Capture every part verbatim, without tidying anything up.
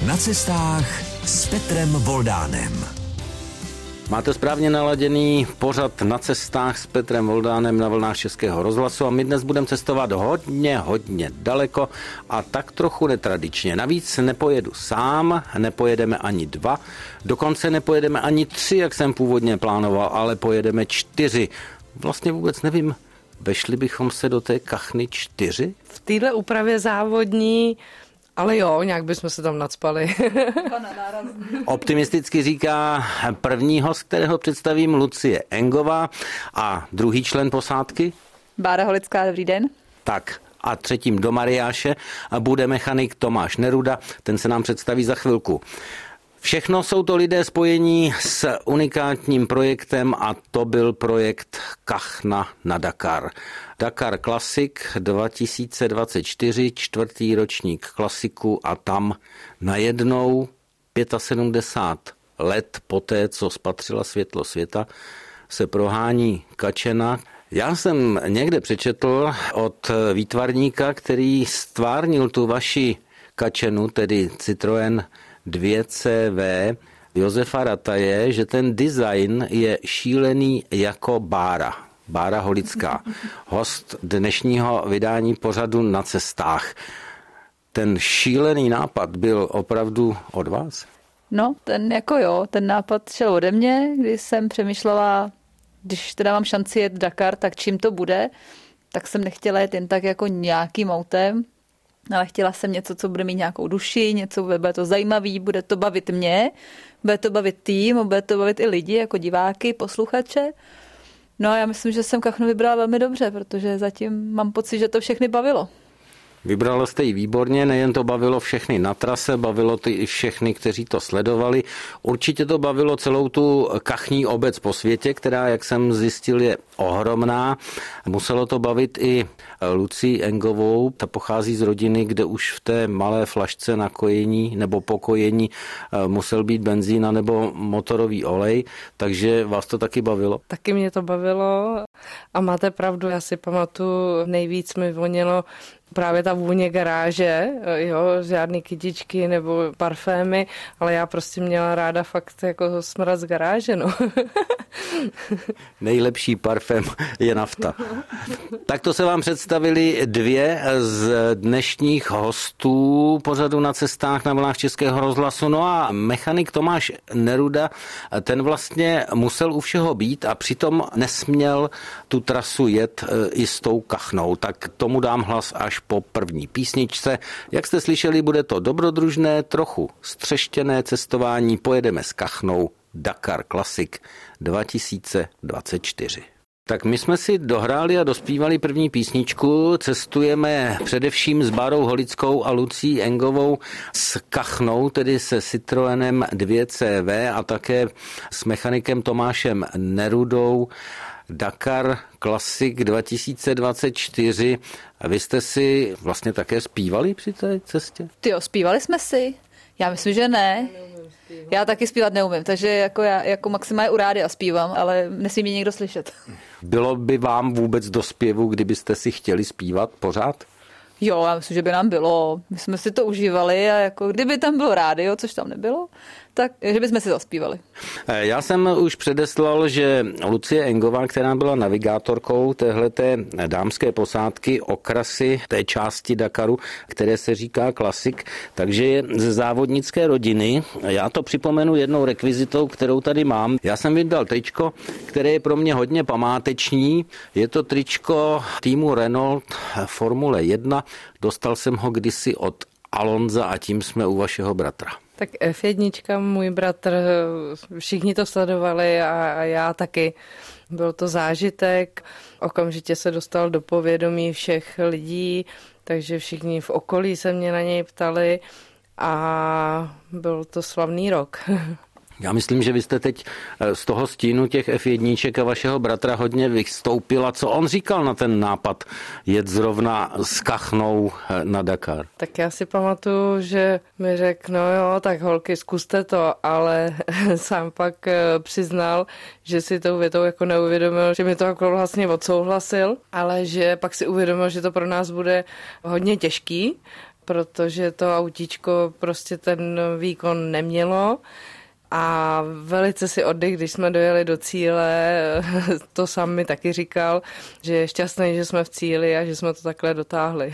Na cestách s Petrem Voldánem. Máte správně naladěný pořad Na cestách s Petrem Voldánem na vlnách Českého rozhlasu a my dnes budeme cestovat hodně, hodně daleko a tak trochu netradičně. Navíc nepojedu sám, nepojedeme ani dva, dokonce nepojedeme ani tři, jak jsem původně plánoval, ale pojedeme čtyři. Vlastně vůbec nevím, vešli bychom se do té kachny čtyři? V téhle úpravě závodní, ale jo, nějak bychom se tam nacpali. Optimisticky říká první host, kterého představím, Lucie Engová, a druhý člen posádky? Bára Holická, dobrý den. Tak a třetím do Mariáše bude mechanik Tomáš Neruda, ten se nám představí za chvilku. Všechno jsou to lidé spojení s unikátním projektem a to byl projekt Kachna na Dakar. Dakar Classic dva tisíce dvacet čtyři, čtvrtý ročník klasiku a tam najednou sedmdesát pět let poté, co spatřila světlo světa, se prohání kačena. Já jsem někde přečetl od výtvarníka, který stvárnil tu vaši kačenu, tedy Citroën dvě cé vé, Josefa Rataje, že ten design je šílený jako Bára. Bára Holická, host dnešního vydání pořadu Na cestách. Ten šílený nápad byl opravdu od vás? No, ten jako jo, ten nápad šel ode mě, když jsem přemýšlela, když teda mám šanci jet Dakar, tak čím to bude, tak jsem nechtěla jet jen tak jako nějakým autem, ale chtěla jsem něco, co bude mít nějakou duši, něco, bude to zajímavý, bude to bavit mě, bude to bavit tým, bude to bavit i lidi, jako diváky, posluchače. No a já myslím, že jsem kachnu vybrala velmi dobře, protože zatím mám pocit, že to všechny bavilo. Vybrala jste ji výborně, nejen to bavilo všechny na trase, bavilo to i všechny, kteří to sledovali. Určitě to bavilo celou tu kachní obec po světě, která, jak jsem zjistil, je ohromná. Muselo to bavit i Lucii Engovou. Ta pochází z rodiny, kde už v té malé flašce na kojení nebo pokojení musel být benzín nebo motorový olej, takže vás to taky bavilo? Taky mě to bavilo a máte pravdu, já si pamatuju, nejvíc mi vonilo právě ta vůně garáže, jo, žádný kytičky nebo parfémy, ale já prostě měla ráda fakt jako smrad z garáže, no. Nejlepší parfém je nafta. Takto se vám představili dvě z dnešních hostů pořadu Na cestách na vlnách Českého rozhlasu. No a mechanik Tomáš Neruda, ten vlastně musel u všeho být a přitom nesměl tu trasu jet i s tou kachnou. Tak tomu dám hlas až po první písničce. Jak jste slyšeli, bude to dobrodružné, trochu střeštěné cestování. Pojedeme s kachnou Dakar Classic dva tisíce dvacet čtyři. Tak my jsme si dohráli a dospívali první písničku. Cestujeme především s Bárou Holickou a Lucí Engovou s kachnou, tedy se Citroenem dvě cé vé a také s mechanikem Tomášem Nerudou. Dakar Classic dva tisíce dvacet čtyři. A vy jste si vlastně také zpívali při té cestě? Tyjo, zpívali jsme si? Já myslím, že ne. Já taky zpívat neumím, takže jako já jako maximálně u rádia zpívám, ale nesmí mě někdo slyšet. Bylo by vám vůbec do zpěvu, kdybyste si chtěli zpívat pořád? Jo, já myslím, že by nám bylo. My jsme si to užívali a jako kdyby tam bylo rádio, což tam nebylo, tak že bychom si zaspívali. Já jsem už předeslal, že Lucie Engová, která byla navigátorkou téhleté dámské posádky, okrasy té části Dakaru, které se říká Classic, takže je ze závodnické rodiny. Já to připomenu jednou rekvizitou, kterou tady mám. Já jsem vydal tričko, které je pro mě hodně památeční. Je to tričko týmu Renault Formule jedna. Dostal jsem ho kdysi od Alonza a tím jsme u vašeho bratra. Tak ef jedna, můj bratr, všichni to sledovali a, a já taky. Byl to zážitek, okamžitě se dostal do povědomí všech lidí, takže všichni v okolí se mě na něj ptali a byl to slavný rok. Já myslím, že vy jste teď z toho stínu těch ef jedna a vašeho bratra hodně vystoupila. Co on říkal na ten nápad jet zrovna s kachnou na Dakar? Tak já si pamatuju, že mi řekl, no jo, tak holky, zkuste to, ale sám pak přiznal, že si tou větou jako neuvědomil, že mi to jako vlastně odsouhlasil, ale že pak si uvědomil, že to pro nás bude hodně těžký. protože to autíčko prostě ten výkon nemělo. A velice si oddych, když jsme dojeli do cíle, to sám mi taky říkal, že je šťastný, že jsme v cíli a že jsme to takhle dotáhli.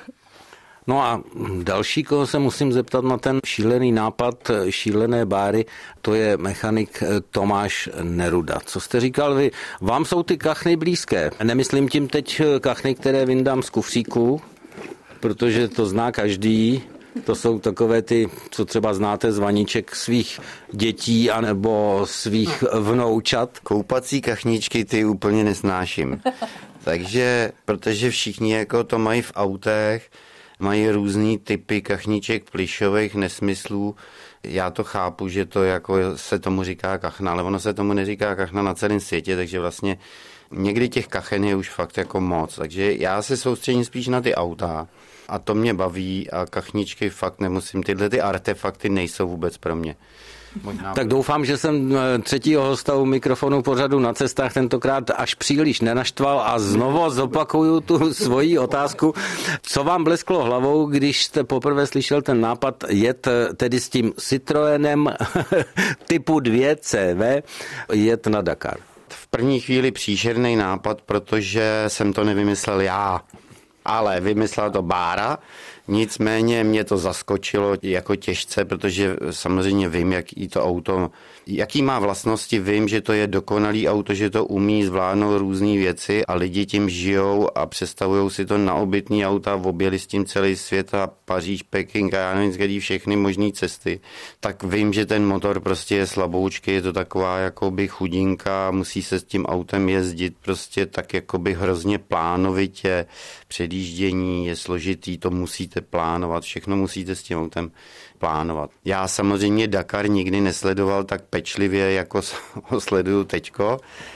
No a další, koho se musím zeptat na ten šílený nápad, šílené báry, to je mechanik Tomáš Neruda. Co jste říkal vy? Vám jsou ty kachny blízké. Nemyslím tím teď kachny, které vyndám z kufříku, protože to zná každý. To jsou takové ty, co třeba znáte z vaníček svých dětí anebo svých vnoučat. Koupací kachničky ty úplně nesnáším. Takže, protože všichni jako to mají v autech, mají různý typy kachniček, plyšových nesmyslů. Já to chápu, že to jako se tomu říká kachna, ale ono se tomu neříká kachna na celém světě, takže vlastně někdy těch kachen je už fakt jako moc. Takže já se soustředím spíš na ty auta a to mě baví a kachničky fakt nemusím. Tyhle ty artefakty nejsou vůbec pro mě. Možná tak doufám, že jsem třetího hosta u mikrofonu pořadu Na cestách tentokrát až příliš nenaštval a znovu zopakuju tu svoji otázku. Co vám blesklo hlavou, když jste poprvé slyšel ten nápad jet tedy s tím Citroenem typu dvě C V jet na Dakar? V první chvíli příšerný nápad, protože jsem to nevymyslel já, ale vymyslela to Bára. Nicméně mě to zaskočilo jako těžce, protože samozřejmě vím, jaký to auto, jaký má vlastnosti, vím, že to je dokonalý auto, že to umí zvládnout různé věci a lidi tím žijou a představují si to na obytný auta, objeli s tím celý svět a Paříž, Peking a já nevím, kde všechny možné cesty. Tak vím, že ten motor prostě je slaboučký, je to taková jakoby chudinka, musí se s tím autem jezdit prostě tak jakoby hrozně plánovitě, předjíždění je složitý, to musíte plánovat, všechno musíte s tím autem plánovat. Já samozřejmě Dakar nikdy nesledoval tak pečlivě, jako ho sleduju teďko.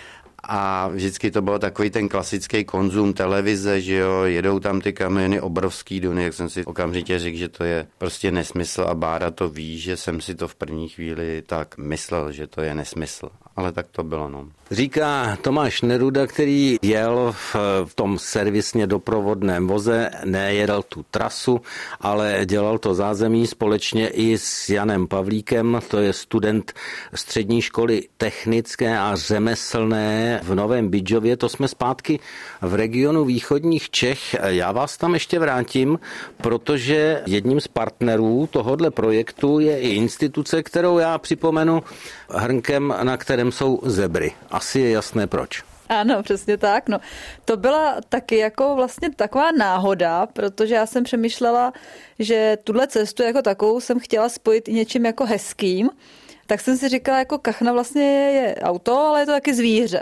A vždycky to byl takový ten klasický konzum televize, že jo, jedou tam ty kamiony obrovský duny, jak jsem si okamžitě řekl, že to je prostě nesmysl a Bára to ví, že jsem si to v první chvíli tak myslel, že to je nesmysl. Ale tak to bylo, no. Říká Tomáš Neruda, který jel v, v tom servisně doprovodném voze, nejedal tu trasu, ale dělal to zázemí společně i s Janem Pavlíkem, to je student střední školy technické a řemeslné v Novém Bydžově. To jsme zpátky v regionu východních Čech. Já vás tam ještě vrátím, protože jedním z partnerů tohohle projektu je i instituce, kterou já připomenu hrnkem, na kterém jsou zebry. Asi je jasné proč. Ano, přesně tak. No, to byla taky jako vlastně taková náhoda, protože já jsem přemýšlela, že tuhle cestu jako takovou jsem chtěla spojit i něčím jako hezkým. Tak jsem si říkala, jako kachna vlastně je auto, ale je to taky zvíře.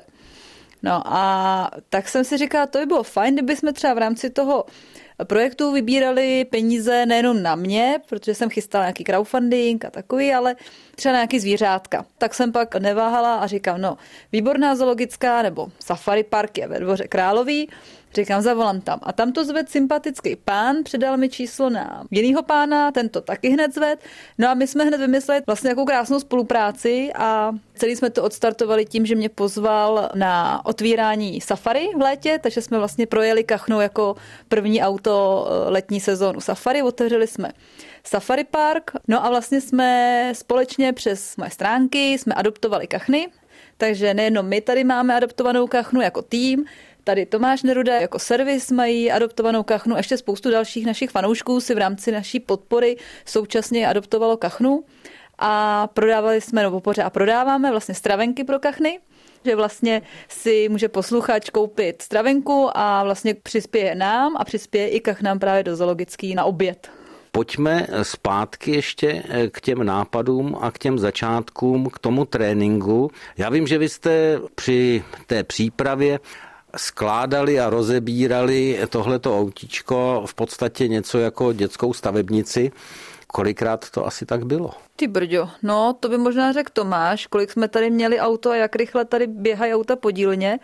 No a tak jsem si říkala, to by bylo fajn, kdyby jsme třeba v rámci toho projektu vybírali peníze nejenom na mě, protože jsem chystala nějaký crowdfunding a takový, ale třeba na nějaký zvířátka. Tak jsem pak neváhala a říkám, no, výborná zoologická nebo safari park je ve Dvoře Králový, říkám, zavolám tam. A tam to zved sympatický pán, předal mi číslo na jinýho pána, ten to taky hned zved. No a my jsme hned vymysleli vlastně nějakou krásnou spolupráci a celý jsme to odstartovali tím, že mě pozval na otvírání safari v létě, takže jsme vlastně projeli kachnou jako první auto letní sezónu safari, otevřeli jsme Safari Park, no a vlastně jsme společně přes moje stránky jsme adoptovali kachny, takže nejenom my tady máme adoptovanou kachnu jako tým, tady Tomáš Neruda jako servis mají adoptovanou kachnu, ještě spoustu dalších našich fanoušků si v rámci naší podpory současně adoptovalo kachnu a prodávali jsme, nebo pořád prodáváme vlastně stravenky pro kachny, že vlastně si může posluchač koupit stravenku a vlastně přispěje nám a přispěje i kachnám právě do zoologický na oběd. Pojďme zpátky ještě k těm nápadům a k těm začátkům, k tomu tréninku. Já vím, že vy jste při té přípravě skládali a rozebírali tohleto autíčko v podstatě něco jako dětskou stavebnici. Kolikrát to asi tak bylo? Ty brďo, no to by možná řekl Tomáš, kolik jsme tady měli auto a jak rychle tady běhají auta po dílně,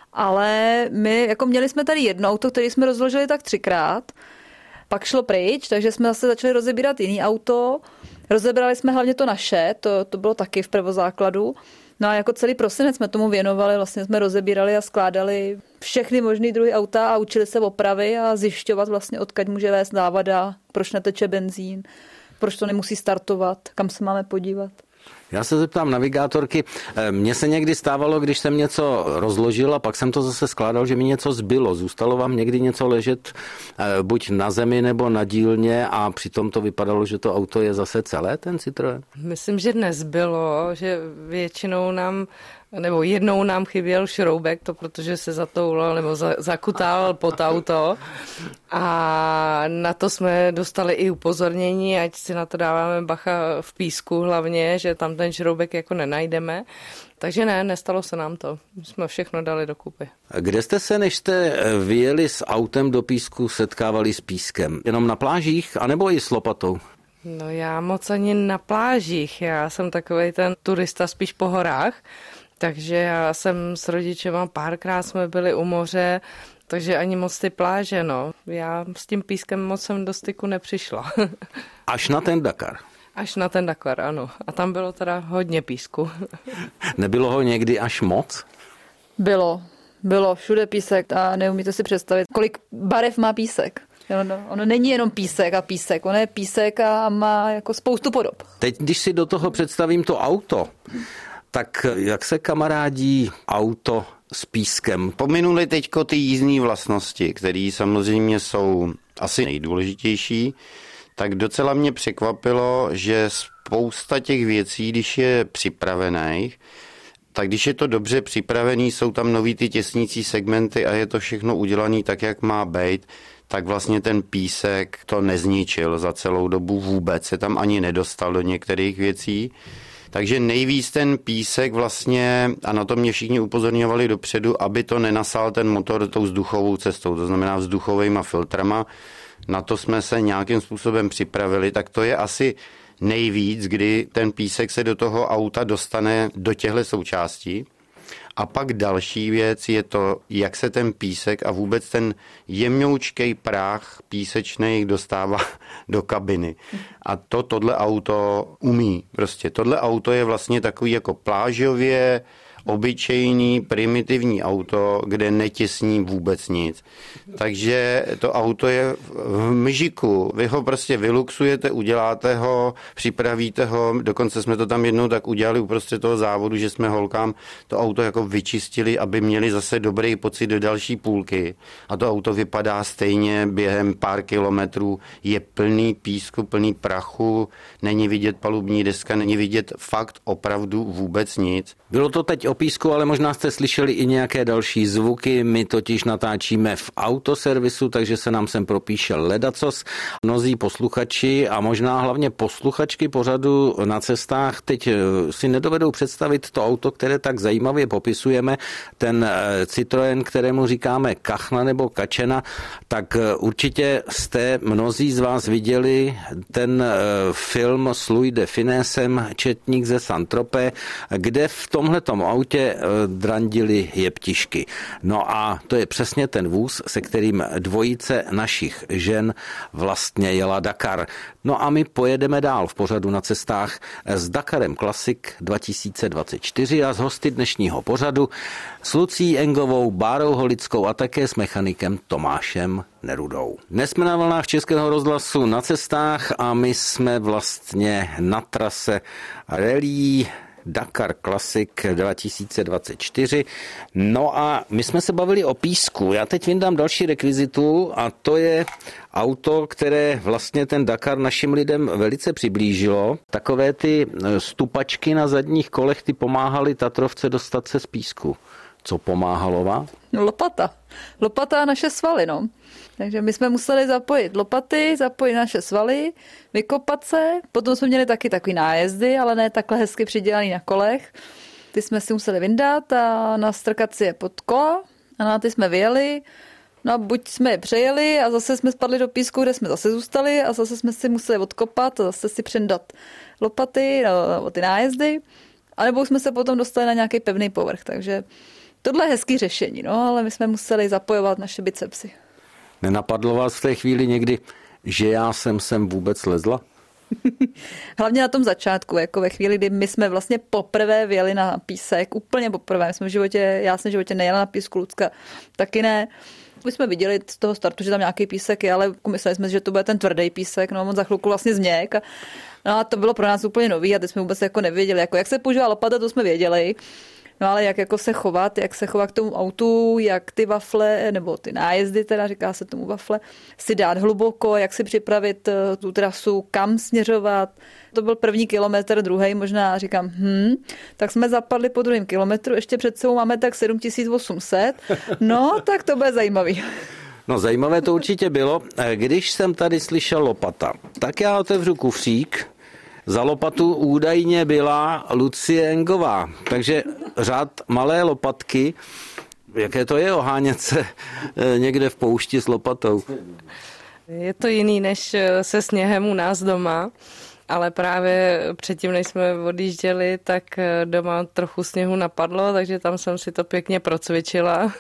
ale my jako měli jsme tady jedno auto, které jsme rozložili tak třikrát, pak šlo pryč, takže jsme zase začali rozebírat jiný auto. Rozebrali jsme hlavně to naše, to, to bylo taky v prvozákladu. No a jako celý prosinec jsme tomu věnovali, vlastně jsme rozebírali a skládali všechny možný druhy auta a učili se opravy a zjišťovat vlastně, odkud může vést závada, proč neteče benzín, proč to nemusí startovat, kam se máme podívat. Já se zeptám navigátorky, mně se někdy stávalo, když jsem něco rozložil a pak jsem to zase skládal, že mi něco zbylo. Zůstalo vám někdy něco ležet buď na zemi nebo na dílně a přitom to vypadalo, že to auto je zase celé, ten Citroën? Myslím, že dnes bylo, že většinou nám nebo jednou nám chyběl šroubek, to protože se zatoulal nebo za, zakutal pod auto a na to jsme dostali i upozornění, ať si na to dáváme bacha v písku hlavně, že tam ten šroubek jako nenajdeme. Takže ne, nestalo se nám to. Jsme všechno dali dokupy. Kde jste se, než jste vyjeli s autem do písku, setkávali s pískem? Jenom na plážích, anebo i s lopatou? No já moc ani na plážích. Já jsem takovej ten turista spíš po horách. Takže já jsem s rodičema párkrát jsme byli u moře, takže ani moc ty pláže, no. Já s tím pískem moc jsem do styku nepřišla. Až na ten Dakar. Až na ten Dakar, ano. A tam bylo teda hodně písku. Nebylo ho někdy až moc? Bylo. Bylo všude písek a neumíte si představit, kolik barev má písek. Ono, ono není jenom písek a písek, ono je písek a má jako spoustu podob. Teď, když si do toho představím to auto, tak jak se kamarádí auto s pískem? Pominuli teďko ty jízdní vlastnosti, které samozřejmě jsou asi nejdůležitější, tak docela mě překvapilo, že spousta těch věcí, když je připravených, tak když je to dobře připravený, jsou tam nový ty těsnící segmenty a je to všechno udělané tak, jak má být, tak vlastně ten písek to nezničil za celou dobu vůbec, se tam ani nedostal do některých věcí. Takže nejvíc ten písek vlastně, a na to mě všichni upozorňovali dopředu, aby to nenasál ten motor tou vzduchovou cestou, to znamená vzduchovejma filtrama. Na to jsme se nějakým způsobem připravili, tak to je asi nejvíc, kdy ten písek se do toho auta dostane do těchto součástí. A pak další věc je to, jak se ten písek a vůbec ten jemňoučkej prach písečnej dostává do kabiny. A to tohle auto umí. Prostě tohle auto je vlastně takový jako plážově obyčejný, primitivní auto, kde netěsní vůbec nic. Takže to auto je v mžiku. Vy ho prostě vyluxujete, uděláte ho, připravíte ho, dokonce jsme to tam jednou tak udělali uprostřed toho závodu, že jsme holkám to auto jako vyčistili, aby měli zase dobrý pocit do další půlky. A to auto vypadá stejně během pár kilometrů, je plný písku, plný prachu, není vidět palubní deska, není vidět fakt opravdu vůbec nic. Bylo to teď o písku, ale možná jste slyšeli i nějaké další zvuky. My totiž natáčíme v autoservisu, takže se nám sem propíše ledacos. Mnozí posluchači a možná hlavně posluchačky pořadu Na cestách teď si nedovedou představit to auto, které tak zajímavě popisujeme, ten Citroën, kterému říkáme Kachna nebo Kačena, tak určitě jste mnozí z vás viděli ten film s Louis de Finésem Četník ze Saint-Tropez, kde v tomhletom autě drandili jeptišky. No a to je přesně ten vůz, se kterým dvojice našich žen vlastně jela Dakar. No a my pojedeme dál v pořadu Na cestách s Dakarem Classic dva tisíce dvacet čtyři a s hosty dnešního pořadu s Lucí Engovou, Bárou Holickou a také s mechanikem Tomášem Nerudou. Dnes jsme na vlnách Českého rozhlasu Na cestách a my jsme vlastně na trase rally Dakar Classic dva tisíce dvacet čtyři. No a my jsme se bavili o písku. Já teď vyndám další rekvizitu a to je auto, které vlastně ten Dakar našim lidem velice přiblížilo. Takové ty stupačky na zadních kolech, ty pomáhaly Tatrovce dostat se z písku. Co pomáhalo vám? No, lopata. Lopata a naše svaly, no. Takže my jsme museli zapojit lopaty, zapojit naše svaly, vykopat se. Potom jsme měli taky takový nájezdy, ale ne takhle hezky přidělaný na kolech. Ty jsme si museli vyndat a nastrkat si je pod kola a na ty jsme vyjeli. No a buď jsme je přejeli a zase jsme spadli do písku, kde jsme zase zůstali a zase jsme si museli odkopat a zase si přendat lopaty nebo ty nájezdy. A nebo jsme se potom dostali na nějaký pevný povrch, takže tohle je hezký řešení, no, ale my jsme museli zapojovat naše bicepsy. Nenapadlo vás v té chvíli někdy, že já jsem sem vůbec lezla? Hlavně na tom začátku, jako ve chvíli, kdy my jsme vlastně poprvé vyjeli na písek, úplně poprvé. Jsme v životě, já jsem v životě nejela na písku, Lucka taky ne. My jsme viděli z toho startu, že tam nějaký písek je, ale mysleli jsme, že to bude ten tvrdý písek, no on za chvilku vlastně změk. A, no a to bylo pro nás úplně nový a teď jsme vůbec jako nevěděli, jako jak se používá lopata, to jsme věděli. No ale jak jako se chovat, jak se chovat k tomu autu, jak ty wafle, nebo ty nájezdy, teda říká se tomu wafle, si dát hluboko, jak si připravit tu trasu, kam směřovat. To byl první kilometr, druhý možná, říkám, hm, tak jsme zapadli po druhém kilometru, ještě před sebou máme tak sedm tisíc osm set, no tak to bude zajímavý. No zajímavé to určitě bylo. Když jsem tady slyšel lopata, tak já otevřu kufřík. Za lopatu údajně byla Lucie Engová, takže řád malé lopatky. Jaké to je ohánět se někde v poušti s lopatou? Je to jiný než se sněhem u nás doma, ale právě předtím, než jsme odjížděli, tak doma trochu sněhu napadlo, takže tam jsem si to pěkně procvičila.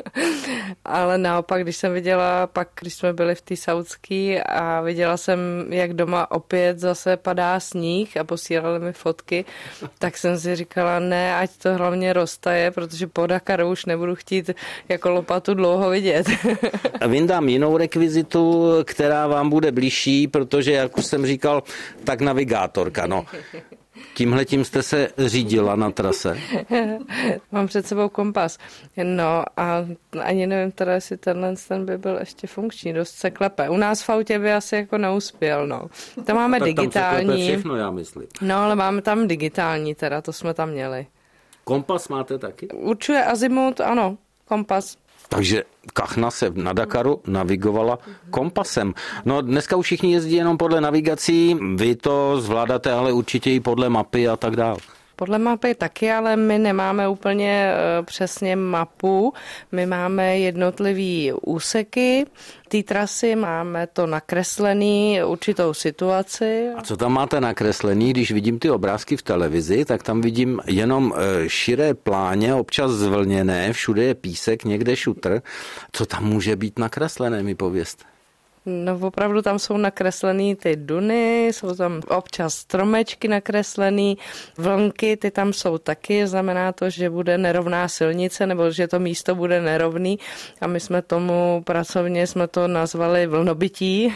Ale naopak, když jsem viděla, pak když jsme byli v té Saudské a viděla jsem, jak doma opět zase padá sníh a posílali mi fotky, tak jsem si říkala, ne, ať to hlavně roztaje, protože po Dakaru už nebudu chtít jako lopatu dlouho vidět. Vyndám jinou rekvizitu, která vám bude blížší, protože, jak už jsem říkal, tak navigátorka, no. Tímhletím jste se řídila na trase? Mám před sebou kompas. No a ani nevím teda, jestli tenhle ten by byl ještě funkční, dost se klepe. U nás v autě by asi jako neuspěl, no. Tam máme tak digitální. Tam se klepe všechno, já myslím. No, ale máme tam digitální teda, to jsme tam měli. Kompas máte taky? Určuje azimut, ano, kompas. Takže Kachna se na Dakaru navigovala kompasem. No dneska už všichni jezdí jenom podle navigací, vy to zvládáte ale určitě i podle mapy a tak dále. Podle mapy taky, ale my nemáme úplně přesně mapu. My máme jednotlivý úseky té trasy, máme to nakreslený určitou situaci. A co tam máte nakreslený? Když vidím ty obrázky v televizi, tak tam vidím jenom širé pláně, občas zvlněné, všude je písek, někde šutr. Co tam může být nakreslené, mi povězte? No opravdu tam jsou nakreslený ty duny, jsou tam občas stromečky nakreslený, vlnky, ty tam jsou taky, znamená to, že bude nerovná silnice nebo že to místo bude nerovný a my jsme tomu pracovně jsme to nazvali vlnobytí,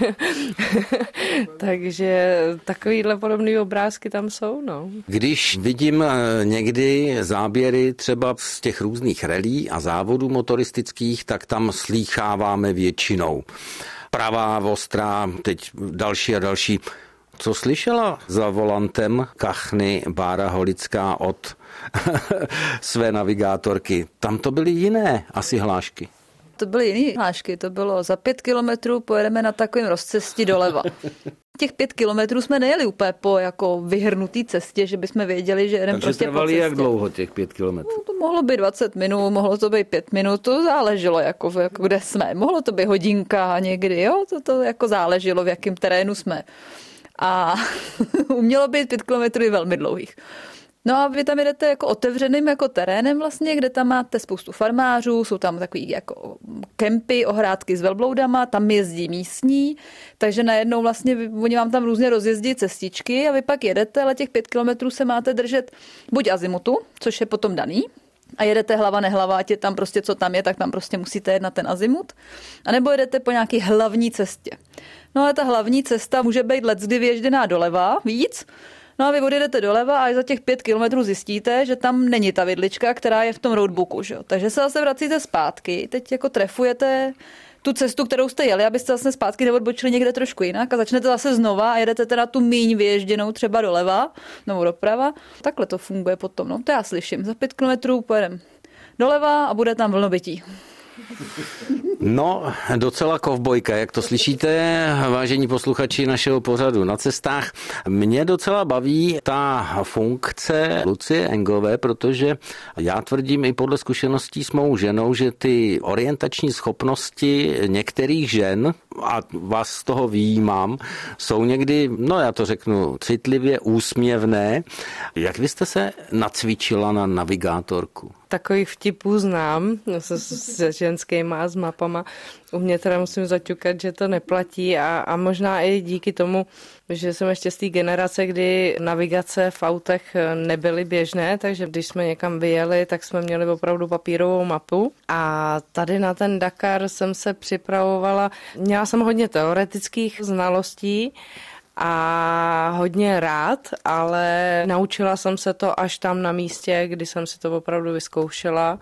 takže takovýhle podobné obrázky tam jsou, no. Když vidím někdy záběry třeba z těch různých relí a závodů motoristických, tak tam slýcháváme většinou pravá, ostrá, teď další a další. Co slyšela za volantem Kachny Bára Holická od své navigátorky? Tam to byly jiné asi hlášky. To byly jiné hlášky, to bylo za pět kilometrů pojedeme na takovém rozcestí doleva. Těch pět kilometrů jsme nejeli úplně po jako vyhrnutý cestě, že bychom věděli, že jedeme prostě po cestě. Takže trvali jak dlouho těch pět kilometrů? No, to mohlo být dvacet minut, mohlo to být pět minut, to záleželo, jako, jako kde jsme. Mohlo to být hodinka někdy, jo, to, to jako záleželo, v jakém terénu jsme. A umělo být pět kilometrů velmi dlouhých. No a vy tam jdete jako otevřeným jako terénem vlastně, kde tam máte spoustu farmářů, jsou tam takový jako kempy, ohrádky s velbloudama, tam jezdí místní, takže najednou vlastně oni vám tam různě rozjezdí cestičky a vy pak jedete, ale těch pět kilometrů se máte držet buď azimutu, což je potom daný, a jedete hlava nehlava, ať je tam prostě co tam je, tak tam prostě musíte jet na ten azimut, anebo jedete po nějaký hlavní cestě. No ale ta hlavní cesta může být leckdy vyježděná doleva víc. No a vy odjedete doleva a za těch pět kilometrů zjistíte, že tam není ta vidlička, která je v tom roadbooku. Že? Takže se zase vracíte zpátky, teď jako trefujete tu cestu, kterou jste jeli, abyste zase zpátky neodbočili někde trošku jinak a začnete zase znova a jedete teda tu míň vyježděnou třeba doleva nebo doprava. Takhle to funguje potom. No, to já slyším. Za pět kilometrů pojedeme doleva a bude tam vlnobytí. No, docela kovbojka, jak to slyšíte, vážení posluchači našeho pořadu Na cestách. Mě docela baví ta funkce Lucie Engové, protože já tvrdím i podle zkušeností s mou ženou, že ty orientační schopnosti některých žen, a vás z toho vyjímám, jsou někdy, no já to řeknu citlivě úsměvné. Jak vy jste se nacvičila na navigátorku? takových vtipů znám se, se ženskýma, s mapama. U mě teda musím zaťukat, že to neplatí a, a možná i díky tomu, že jsem ještě z té generace, kdy navigace v autech nebyly běžné, takže když jsme někam vyjeli, tak jsme měli opravdu papírovou mapu. A tady na ten Dakar jsem se připravovala, měla jsem hodně teoretických znalostí, a hodně rád, ale naučila jsem se to až tam na místě, kdy jsem si to opravdu vyzkoušela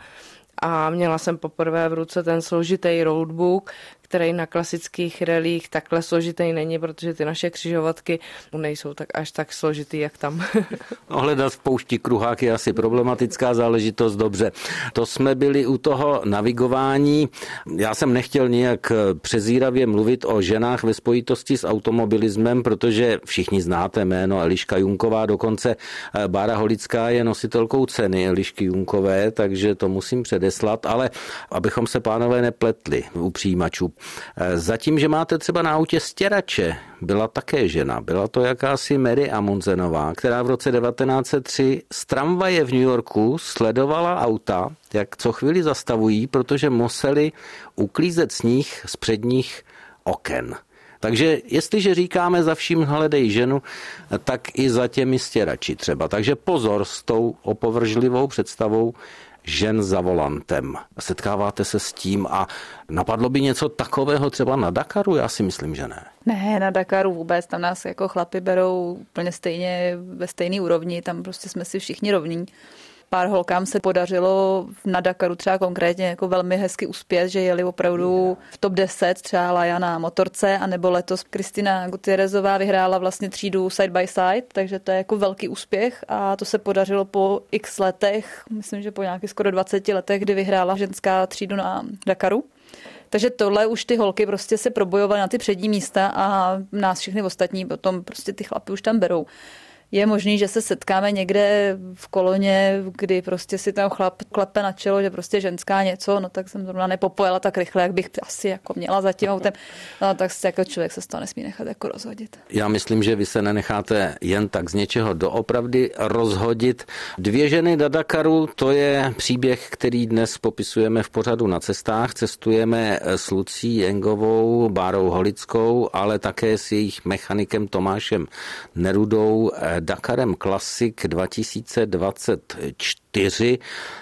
a měla jsem poprvé v ruce ten složitý roadbook, který na klasických relích takhle složitý není, protože ty naše křižovatky nejsou tak až tak složitý, jak tam. No, hledat v poušti kruhák je asi problematická záležitost, dobře. To jsme byli u toho navigování. Já jsem nechtěl nějak přezíravě mluvit o ženách ve spojitosti s automobilismem, protože všichni znáte jméno Eliška Junková, dokonce Bára Holická je nositelkou ceny Elišky Junkové, takže to musím předeslat, ale abychom se, pánové, nepletli u přijímačů. Zatím, že máte třeba na autě stěrače, byla také žena. Byla to jakási Mary Amundsenová, která v roce devatenáct set tři z tramvaje v New Yorku sledovala auta, jak co chvíli zastavují, protože museli uklízet sníh z předních oken. Takže jestliže říkáme za vším hledej ženu, tak i za těmi stěrači třeba. Takže pozor s tou opovržlivou představou žen za volantem. Setkáváte se s tím a napadlo by něco takového třeba na Dakaru? Já si myslím, že ne. Ne, na Dakaru vůbec. Tam nás jako chlapi berou úplně stejně ve stejné úrovni. Tam prostě jsme si všichni rovní. Pár holkám se podařilo na Dakaru třeba konkrétně jako velmi hezky uspět, že jeli opravdu v top deset, třeba Laja na motorce, anebo letos Kristina Gutierrezová vyhrála vlastně třídu side by side, takže to je jako velký úspěch a to se podařilo po x letech, myslím, že po nějakých skoro dvaceti letech, kdy vyhrála ženská třídu na Dakaru. Takže tohle už ty holky prostě se probojovaly na ty přední místa a nás všechny ostatní potom prostě ty chlapy už tam berou. Je možný, že se setkáme někde v koloně, kdy prostě si ten chlap klepe na čelo, že prostě ženská něco, no tak jsem zrovna nepopojela tak rychle, jak bych asi jako měla za tím autem. No tak jako člověk se z toho nesmí nechat jako rozhodit. Já myslím, že vy se nenecháte jen tak z něčeho doopravdy rozhodit. Dvě ženy na Dakaru, to je příběh, který dnes popisujeme v pořadu Na cestách. Cestujeme s Lucí Jengovou, Bárou Holickou, ale také s jejich mechanikem Tomášem Nerudou, Dakarem Classic dva tisíce dvacet čtyři.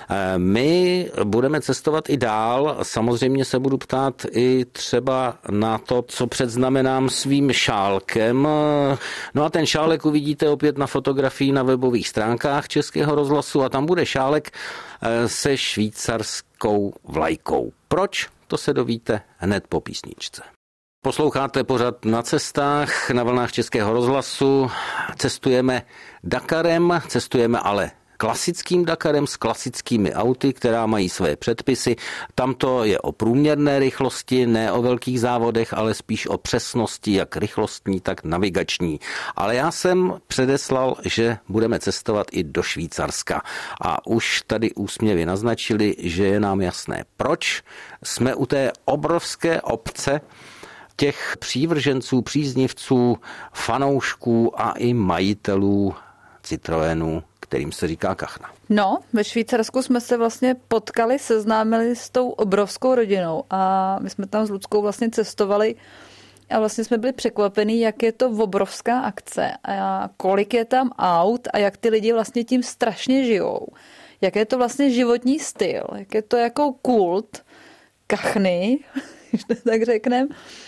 My budeme cestovat i dál. Samozřejmě se budu ptát i třeba na to, co předznamenám svým šálkem. No a ten šálek uvidíte opět na fotografii na webových stránkách Českého rozhlasu a tam bude šálek se švýcarskou vlajkou. Proč? To se dovíte hned po písničce. Posloucháte pořad Na cestách na vlnách Českého rozhlasu. Cestujeme Dakarem, cestujeme ale klasickým Dakarem s klasickými auty, která mají své předpisy. Tam to je o průměrné rychlosti, ne o velkých závodech, ale spíš o přesnosti, jak rychlostní, tak navigační. Ale já jsem předeslal, že budeme cestovat i do Švýcarska. A už tady úsměvy naznačili, že je nám jasné, proč jsme u té obrovské obce těch přívrženců, příznivců, fanoušků a i majitelů Citroenů, kterým se říká kachna. No, ve Švýcarsku jsme se vlastně potkali, seznámili s tou obrovskou rodinou a my jsme tam s Luckou vlastně cestovali a vlastně jsme byli překvapení, jak je to obrovská akce a kolik je tam aut a jak ty lidi vlastně tím strašně žijou. Jak je to vlastně životní styl, jak je to jako kult kachny, když to tak řekneme.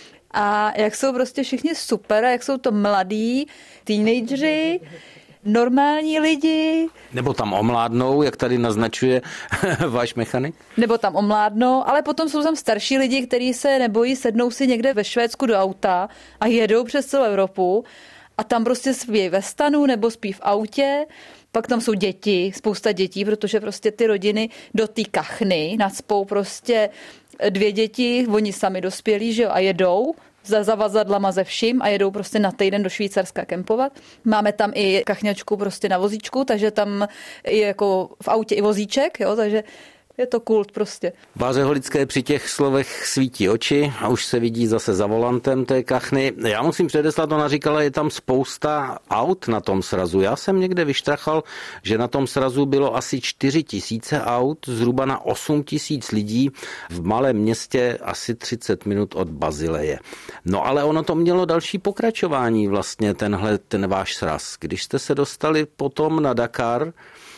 A jak jsou prostě všichni super, jak jsou to mladí teenageři, normální lidi. Nebo tam omládnou, jak tady naznačuje váš mechanik? Nebo tam omládnou, ale potom jsou tam starší lidi, kteří se nebojí, sednou si někde ve Švédsku do auta a jedou přes celou Evropu a tam prostě spí ve stanu nebo spí v autě. Pak tam jsou děti, spousta dětí, protože prostě ty rodiny do té kachny nacpou prostě dvě děti, oni sami dospělí, že jo, a jedou za zavazadlama ze vším a jedou prostě na týden do Švýcarska kempovat. Máme tam i kachňačku prostě na vozíčku, takže tam je jako v autě i vozíček, jo, takže Je to kult prostě. Báře Holické při těch slovech svítí oči a už se vidí zase za volantem té kachny. Já musím předeslat, ona říkala, je tam spousta aut na tom srazu. Já jsem někde vyštrachal, že na tom srazu bylo asi čtyři tisíce aut, zhruba na osm tisíc lidí v malém městě asi třicet minut od Bazileje. No ale ono to mělo další pokračování vlastně, tenhle ten váš sraz. Když jste se dostali potom na Dakar,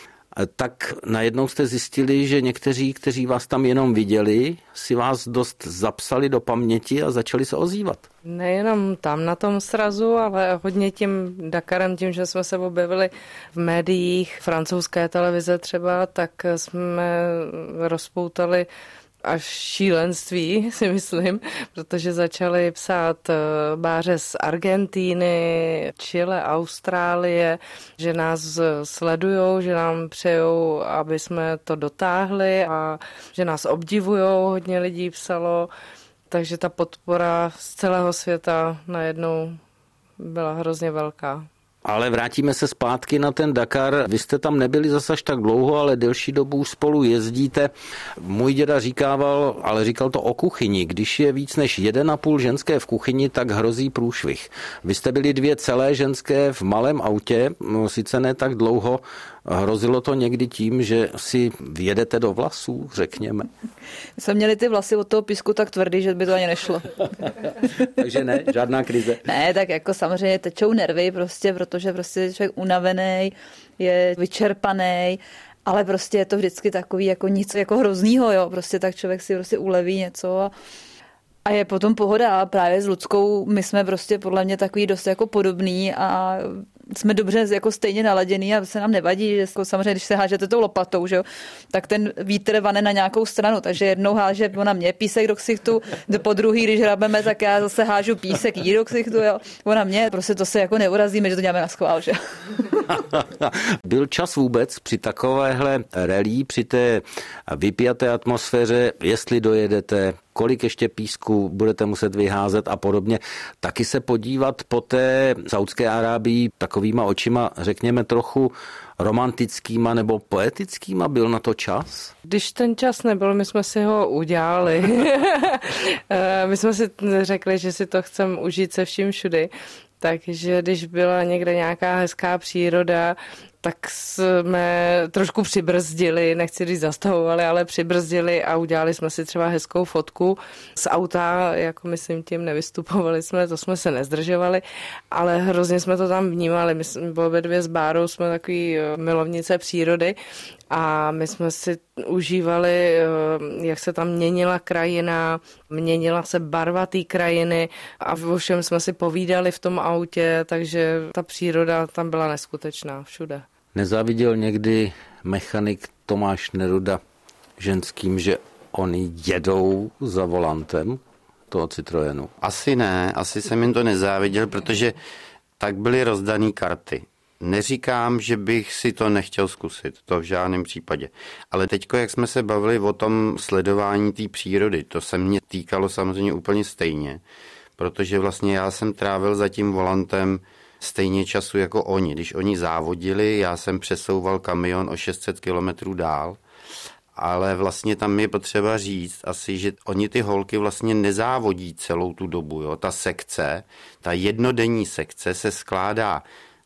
tak najednou jste zjistili, že někteří, kteří vás tam jenom viděli, si vás dost zapsali do paměti a začali se ozývat. Nejenom tam na tom srazu, ale hodně tím Dakarem, tím, že jsme se objevili v médiích, francouzské televize třeba, tak jsme rozpoutali až šílenství, si myslím, protože začali psát báře z Argentíny, Chile, Austrálie, že nás sledujou, že nám přejou, aby jsme to dotáhli a že nás obdivujou, hodně lidí psalo, takže ta podpora z celého světa najednou byla hrozně velká. Ale vrátíme se zpátky na ten Dakar. Vy jste tam nebyli zase až tak dlouho, ale delší dobu už spolu jezdíte. Můj děda říkával, ale říkal to o kuchyni. Když je víc než jeden a půl ženské v kuchyni, tak hrozí průšvih. Vy jste byli dvě celé ženské v malém autě, no, sice ne tak dlouho. Hrozilo to někdy tím, že si vjedete do vlasů, řekněme? My jsme měli ty vlasy od toho písku tak tvrdý, že by to ani nešlo. Takže ne, žádná krize. Ne, tak jako samozřejmě tečou nervy prostě, protože prostě je člověk unavený, je vyčerpaný, ale prostě je to vždycky takový jako nic jako hroznýho, jo, prostě tak člověk si prostě uleví něco a A je potom pohoda a právě s Ludskou my jsme prostě podle mě takový dost jako podobný a jsme dobře jako stejně naladěný a se nám nevadí, že samozřejmě, když se hážete tou lopatou, že jo, tak ten vítr vane na nějakou stranu, takže jednou háže ona mě písek do ksichtu, po druhý, když hrabeme, tak já zase hážu písek jí do ksichtu, jo, ona mě, prostě to se jako neurazíme, že to děláme na schvál, že Byl čas vůbec při takovéhle rally, při té vypjaté atmosféře, jestli dojedete, kolik ještě písku budete muset vyházet a podobně, taky se podívat po té Saúdské Arábii takovýma očima, řekněme trochu romantickýma nebo poetickýma, byl na to čas? Když ten čas nebyl, my jsme si ho udělali. My jsme si řekli, že si to chceme užít se vším všudy. Takže když byla někde nějaká hezká příroda, tak jsme trošku přibrzdili, nechci říct zastavovali, ale přibrzdili a udělali jsme si třeba hezkou fotku z auta, jako myslím tím nevystupovali jsme, to jsme se nezdržovali, ale hrozně jsme to tam vnímali. My jsme obě dvě s Bárou, jsme takový milovnice přírody a my jsme si užívali, jak se tam měnila krajina, měnila se barva té krajiny a o všem jsme si povídali v tom autě, takže ta příroda tam byla neskutečná všude. Nezáviděl někdy mechanik Tomáš Neruda ženským, že oni jedou za volantem toho Citroenu? Asi ne, asi jsem jim to nezáviděl, protože tak byly rozdaný karty. Neříkám, že bych si to nechtěl zkusit, to v žádném případě. Ale teďko, jak jsme se bavili o tom sledování té přírody, to se mě týkalo samozřejmě úplně stejně, protože vlastně já jsem trávil za tím volantem stejně času jako oni. Když oni závodili, já jsem přesouval kamion o šest set kilometrů dál, ale vlastně tam je potřeba říct asi, že oni ty holky vlastně nezávodí celou tu dobu. Jo? Ta sekce, ta jednodenní sekce se skládá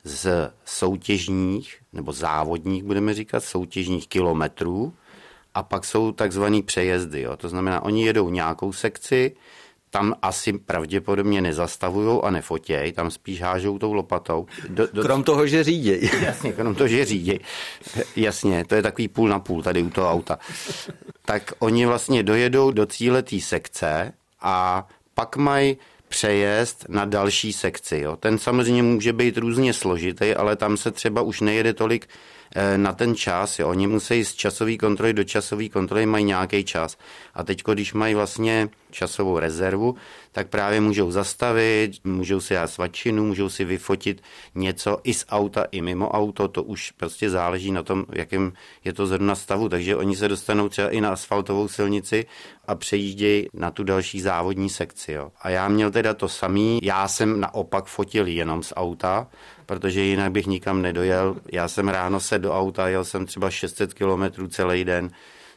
z soutěžních, nebo závodních, budeme říkat, soutěžních kilometrů a pak jsou takzvaný přejezdy. Jo? To znamená, oni jedou nějakou sekci, tam asi pravděpodobně nezastavujou a nefotěj, tam spíš hážou tou lopatou. Do, do... Krom toho, že říděj. Jasně, krom toho, že říděj. Jasně, to je takový půl na půl tady u toho auta. Tak oni vlastně dojedou do cíle té sekce a pak mají přejezd na další sekci. Jo. Ten samozřejmě může být různě složitý, ale tam se třeba už nejede tolik na ten čas. Jo. Oni musí z časové kontroly do časové kontroly mají nějaký čas. A teď, když mají vlastně časovou rezervu, tak právě můžou zastavit, můžou si dát svačinu, můžou si vyfotit něco i z auta, i mimo auto. To už prostě záleží na tom, jakým je to zrovna stavu. Takže oni se dostanou třeba i na asfaltovou silnici a přejíždějí na tu další závodní sekci. Jo. A já měl teda to samý. Já jsem naopak fotil jenom z auta, protože jinak bych nikam nedojel. Já jsem ráno sedl do auta, jel jsem třeba šest set kilometrů celý den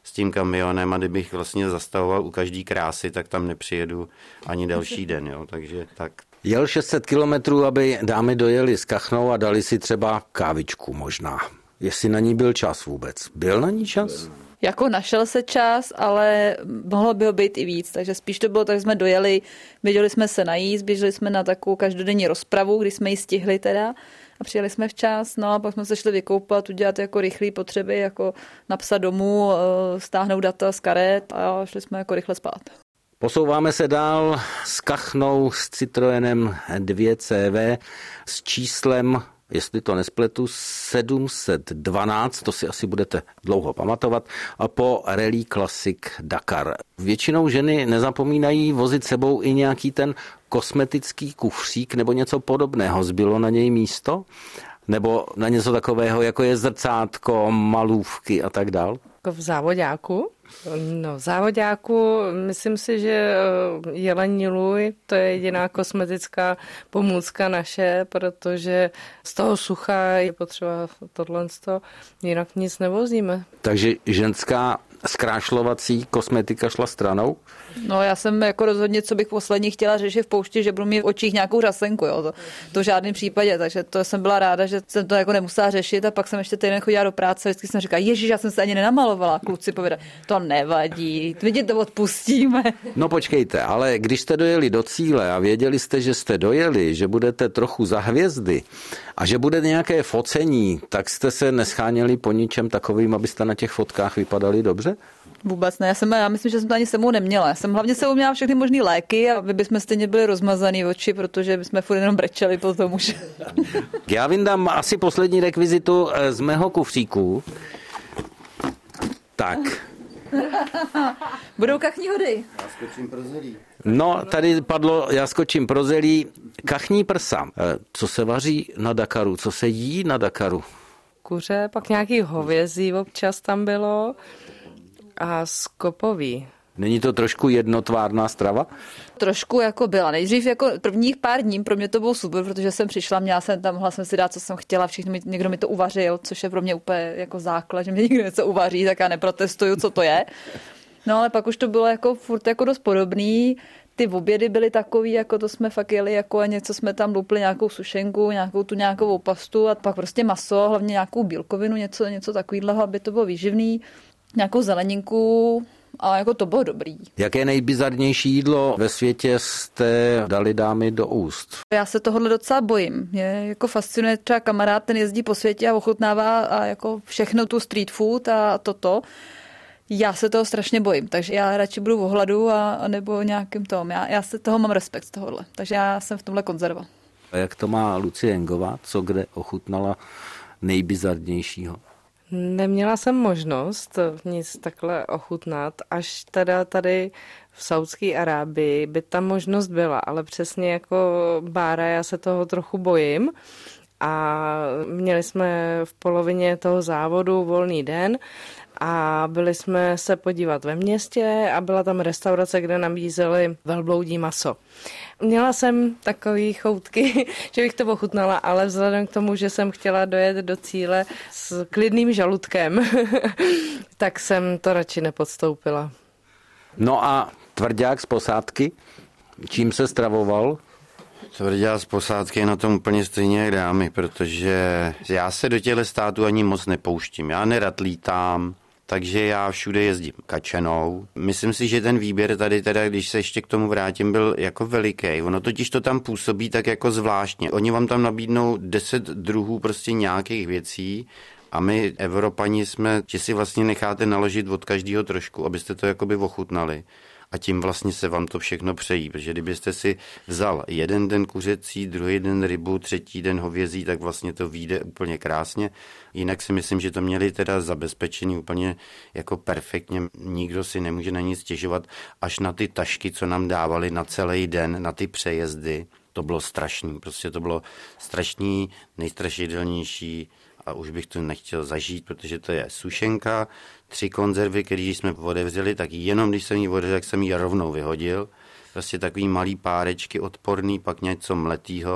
s tím kamionem a kdybych vlastně zastavoval u každý krásy, tak tam nepřijedu ani další den, jo, takže tak. Jel šest set kilometrů, aby dámy dojeli s kachnou a dali si třeba kávičku možná. Jestli na ní byl čas vůbec. Byl na ní čas? Jako našel se čas, ale mohlo by ho být i víc, takže spíš to bylo tak, že jsme dojeli, běželi jsme se najíst, běželi jsme na takovou každodenní rozpravu, kdy jsme ji stihli teda a přijeli jsme včas, no a pak jsme se šli vykoupat, udělat jako rychlé potřeby, jako napsat domů, stáhnout data z karet a šli jsme jako rychle spát. Posouváme se dál s kachnou, s Citroenem dvě C V, s číslem, jestli to nespletu, sedm set dvanáct, to si asi budete dlouho pamatovat, a po Rally Classic Dakar. Většinou ženy nezapomínají vozit sebou i nějaký ten kosmetický kufřík nebo něco podobného. Zbylo na něj místo? Nebo na něco takového, jako je zrcátko, malůvky a tak dál? Jako v závodáku? No, v závodáku myslím si, že jelení lůj, to je jediná kosmetická pomůcka naše, protože z toho sucha je potřeba tohle, jinak nic nevozíme. Takže ženská zkrášlovací kosmetika šla stranou? No já jsem jako rozhodně, co bych poslední chtěla řešit v poušti, že budu mít v očích nějakou řasenku, jo, to, to v žádném případě, takže to jsem byla ráda, že jsem to jako nemusela řešit a pak jsem ještě týden chodila do práce a vždycky jsem říkala, ježiš, já jsem se ani nenamalovala, kluci povědali, to nevadí, my to odpustíme. No počkejte, ale když jste dojeli do cíle a věděli jste, že jste dojeli, že budete trochu za hvězdy a že bude nějaké focení, tak jste se nescháněli po ničem takovým, abyste na těch fotkách vypadali dobře? Vůbec ne, já, jsem, já myslím, že jsem to ani sebou neměla. Já jsem hlavně sebou měla všechny možný léky a my bychom stejně byli rozmazaný oči, protože bychom furt jenom brečeli potom už. Já vyndám asi poslední rekvizitu z mého kufříku. Tak. Budou kachní hody. Já skočím pro zelí. No, tady padlo, já skočím pro zelí, kachní prsa. Co se vaří na Dakaru? Co se jí na Dakaru? Kuře, pak nějaký hovězí občas tam bylo a skopový. Není to trošku jednotvárná strava? Trošku jako byla. Nejdřív jako prvních pár dní pro mě to bylo super, protože jsem přišla, měla jsem tam, mohla jsem si dát, co jsem chtěla, všichni, někdo mi to uvařil, což je pro mě úplně jako základ, že mě někdo něco uvaří, tak já neprotestuju, co to je. No ale pak už to bylo jako furt jako dost podobný. Ty obědy byly takový, jako to jsme fakt jeli, jako a něco jsme tam loupli, nějakou sušenku, nějakou tu nějakou pastu a pak prostě maso, hlavně nějakou bílkovinu, něco, něco takového, aby to bylo výživný, nějakou zeleninku a jako to bylo dobrý. Jaké nejbizarnější jídlo ve světě jste dali dámy do úst? Já se tohohle docela bojím. Mě jako fascinuje třeba kamarád, ten jezdí po světě a ochutnává a jako všechno tu street food a toto. Já se toho strašně bojím, takže já radši budu v ohladu a, a nebo nějakým tom. Já, já se toho mám respekt z tohohle, takže já jsem v tomhle konzerva. A jak to má Lucie Jengová? Co kde ochutnala nejbizarnějšího? Neměla jsem možnost nic takhle ochutnat, až teda tady v Saúdské Arábii by ta možnost byla, ale přesně jako Bára, já se toho trochu bojím. A měli jsme v polovině toho závodu volný den a byli jsme se podívat ve městě a byla tam restaurace, kde nabízeli velbloudí maso. Měla jsem takový choutky, že bych to ochutnala, ale vzhledem k tomu, že jsem chtěla dojet do cíle s klidným žaludkem, tak jsem to radši nepodstoupila. No a tvrdák z posádky, čím se stravoval? Tvrdá z posádky je na tom úplně stejně jak dámy, protože já se do těchto států ani moc nepouštím. Já nerad lítám, takže já všude jezdím kačenou. Myslím si, že ten výběr tady teda, když se ještě k tomu vrátím, byl jako veliký. Ono totiž to tam působí tak jako zvláštně. Oni vám tam nabídnou deset druhů prostě nějakých věcí a my, Evropani, jsme, že si vlastně necháte naložit od každého trošku, abyste to jakoby ochutnali. A tím vlastně se vám to všechno přejí, protože kdybyste si vzal jeden den kuřecí, druhý den rybu, třetí den hovězí, tak vlastně to vyjde úplně krásně. Jinak si myslím, že to měli teda zabezpečený úplně jako perfektně. Nikdo si nemůže na nic stěžovat, až na ty tašky, co nám dávali na celý den, na ty přejezdy. To bylo strašný, prostě to bylo strašný, nejstrašidelnější a už bych to nechtěl zažít, protože to je sušenka, tři konzervy, které jsme odevřeli, tak jenom když jsem ji odevřel, tak jsem ji rovnou vyhodil. Prostě takový malý párečky odporný, pak něco mletýho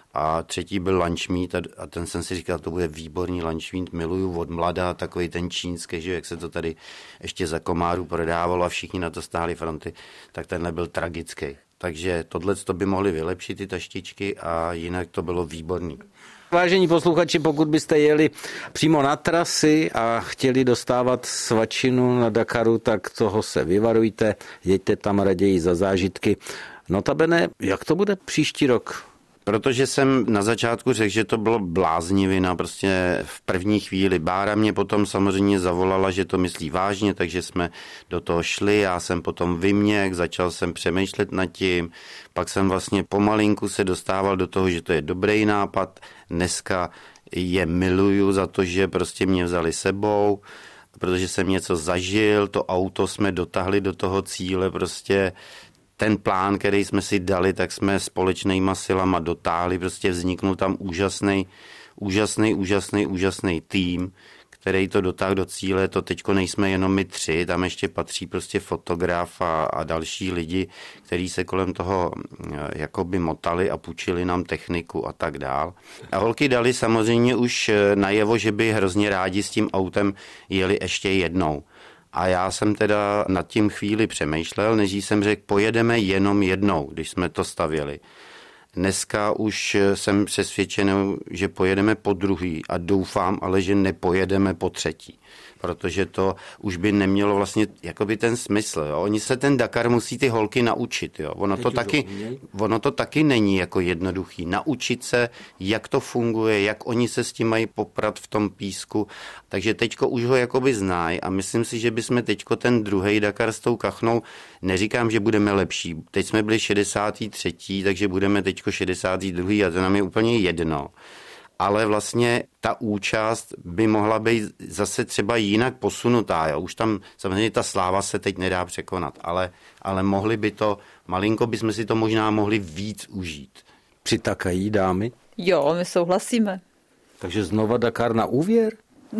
a třetí byl lunch meat a ten jsem si říkal, to bude výborný lunch meat, miluju od mlada, takový ten čínský, že jak se to tady ještě za komáru prodávalo a všichni na to stáli fronty, tak tenhle byl tragický. Takže tohle to by mohli vylepšit ty taštičky a jinak to bylo výborný. Vážení posluchači, pokud byste jeli přímo na trasy a chtěli dostávat svačinu na Dakaru, tak toho se vyvarujte, jeďte tam raději za zážitky. Notabene, jak to bude příští rok? Protože jsem na začátku řekl, že to bylo bláznivina, prostě v první chvíli. Bára mě potom samozřejmě zavolala, že to myslí vážně, takže jsme do toho šli, já jsem potom vyměk, začal jsem přemýšlet nad tím, pak jsem vlastně pomalinku se dostával do toho, že to je dobrý nápad. Dneska je miluju za to, že prostě mě vzali sebou, protože jsem něco zažil, to auto jsme dotáhli do toho cíle, prostě ten plán, který jsme si dali, tak jsme společnýma silama dotáhli, prostě vzniknul tam úžasný, úžasný, úžasný, úžasný tým, který to dotáhl do cíle, to teďko nejsme jenom my tři, tam ještě patří prostě fotograf a, a další lidi, kteří se kolem toho jakoby motali a půjčili nám techniku a tak dál. A holky dali samozřejmě už najevo, že by hrozně rádi s tím autem jeli ještě jednou. A já jsem teda nad tím chvíli přemýšlel, než jsem řekl, pojedeme jenom jednou, když jsme to stavěli. Dneska už jsem přesvědčený, že pojedeme po druhý a doufám, ale že nepojedeme po třetí. Protože to už by nemělo vlastně jakoby ten smysl. Jo? Oni se ten Dakar musí ty holky naučit. Jo? Ono, to taky, ono to taky není jako jednoduchý. Naučit se, jak to funguje, jak oni se s tím mají poprat v tom písku. Takže teďko už ho jakoby znají a myslím si, že bychom teďko ten druhý Dakar s tou kachnou, neříkám, že budeme lepší. Teď jsme byli šedesátý třetí, takže budeme teďko šedesátý druhý a to nám je úplně jedno. Ale vlastně ta účast by mohla být zase třeba jinak posunutá. Jo? Už tam samozřejmě ta sláva se teď nedá překonat, ale, ale mohli by to, malinko bychom si to možná mohli víc užít. Přitakají dámy? Jo, my souhlasíme. Takže znova Dakar na úvěr?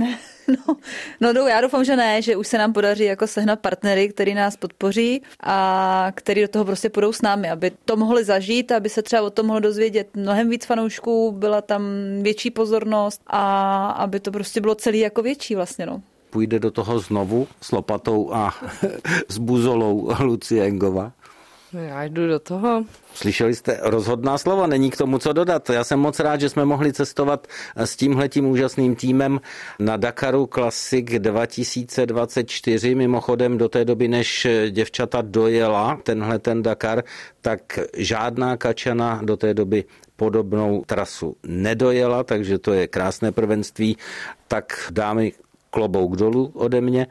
No, no, no, já doufám, že ne, že už se nám podaří jako sehnat partnery, který nás podpoří a který do toho prostě půjdou s námi, aby to mohli zažít, aby se třeba o tom mohlo dozvědět mnohem víc fanoušků, byla tam větší pozornost a aby to prostě bylo celý jako větší vlastně, no. Půjde do toho znovu s lopatou a s buzolou Lucie Engova? Já jdu do toho. Slyšeli jste rozhodná slova, není k tomu co dodat. Já jsem moc rád, že jsme mohli cestovat s tímhletím úžasným týmem na Dakaru Classic dva tisíce dvacet čtyři. Mimochodem do té doby, než děvčata dojela tenhle ten Dakar, tak žádná Kačana do té doby podobnou trasu nedojela, takže to je krásné prvenství. Tak dámy, klobouk dolů ode mě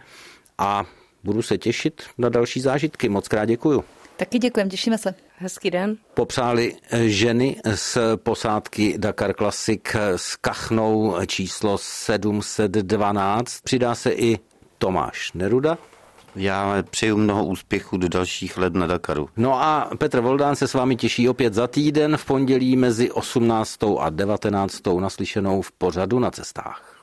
a budu se těšit na další zážitky. Moc krát děkuju. Taky děkujem, těšíme se. Hezký den. Popřáli ženy z posádky Dakar Classic s kachnou číslo sedm set dvanáct. Přidá se i Tomáš Neruda. Já přeju mnoho úspěchů do dalších let na Dakaru. No a Petr Voldán se s vámi těší opět za týden v pondělí mezi osmnáctou a devatenáctou naslyšenou v pořadu Na cestách.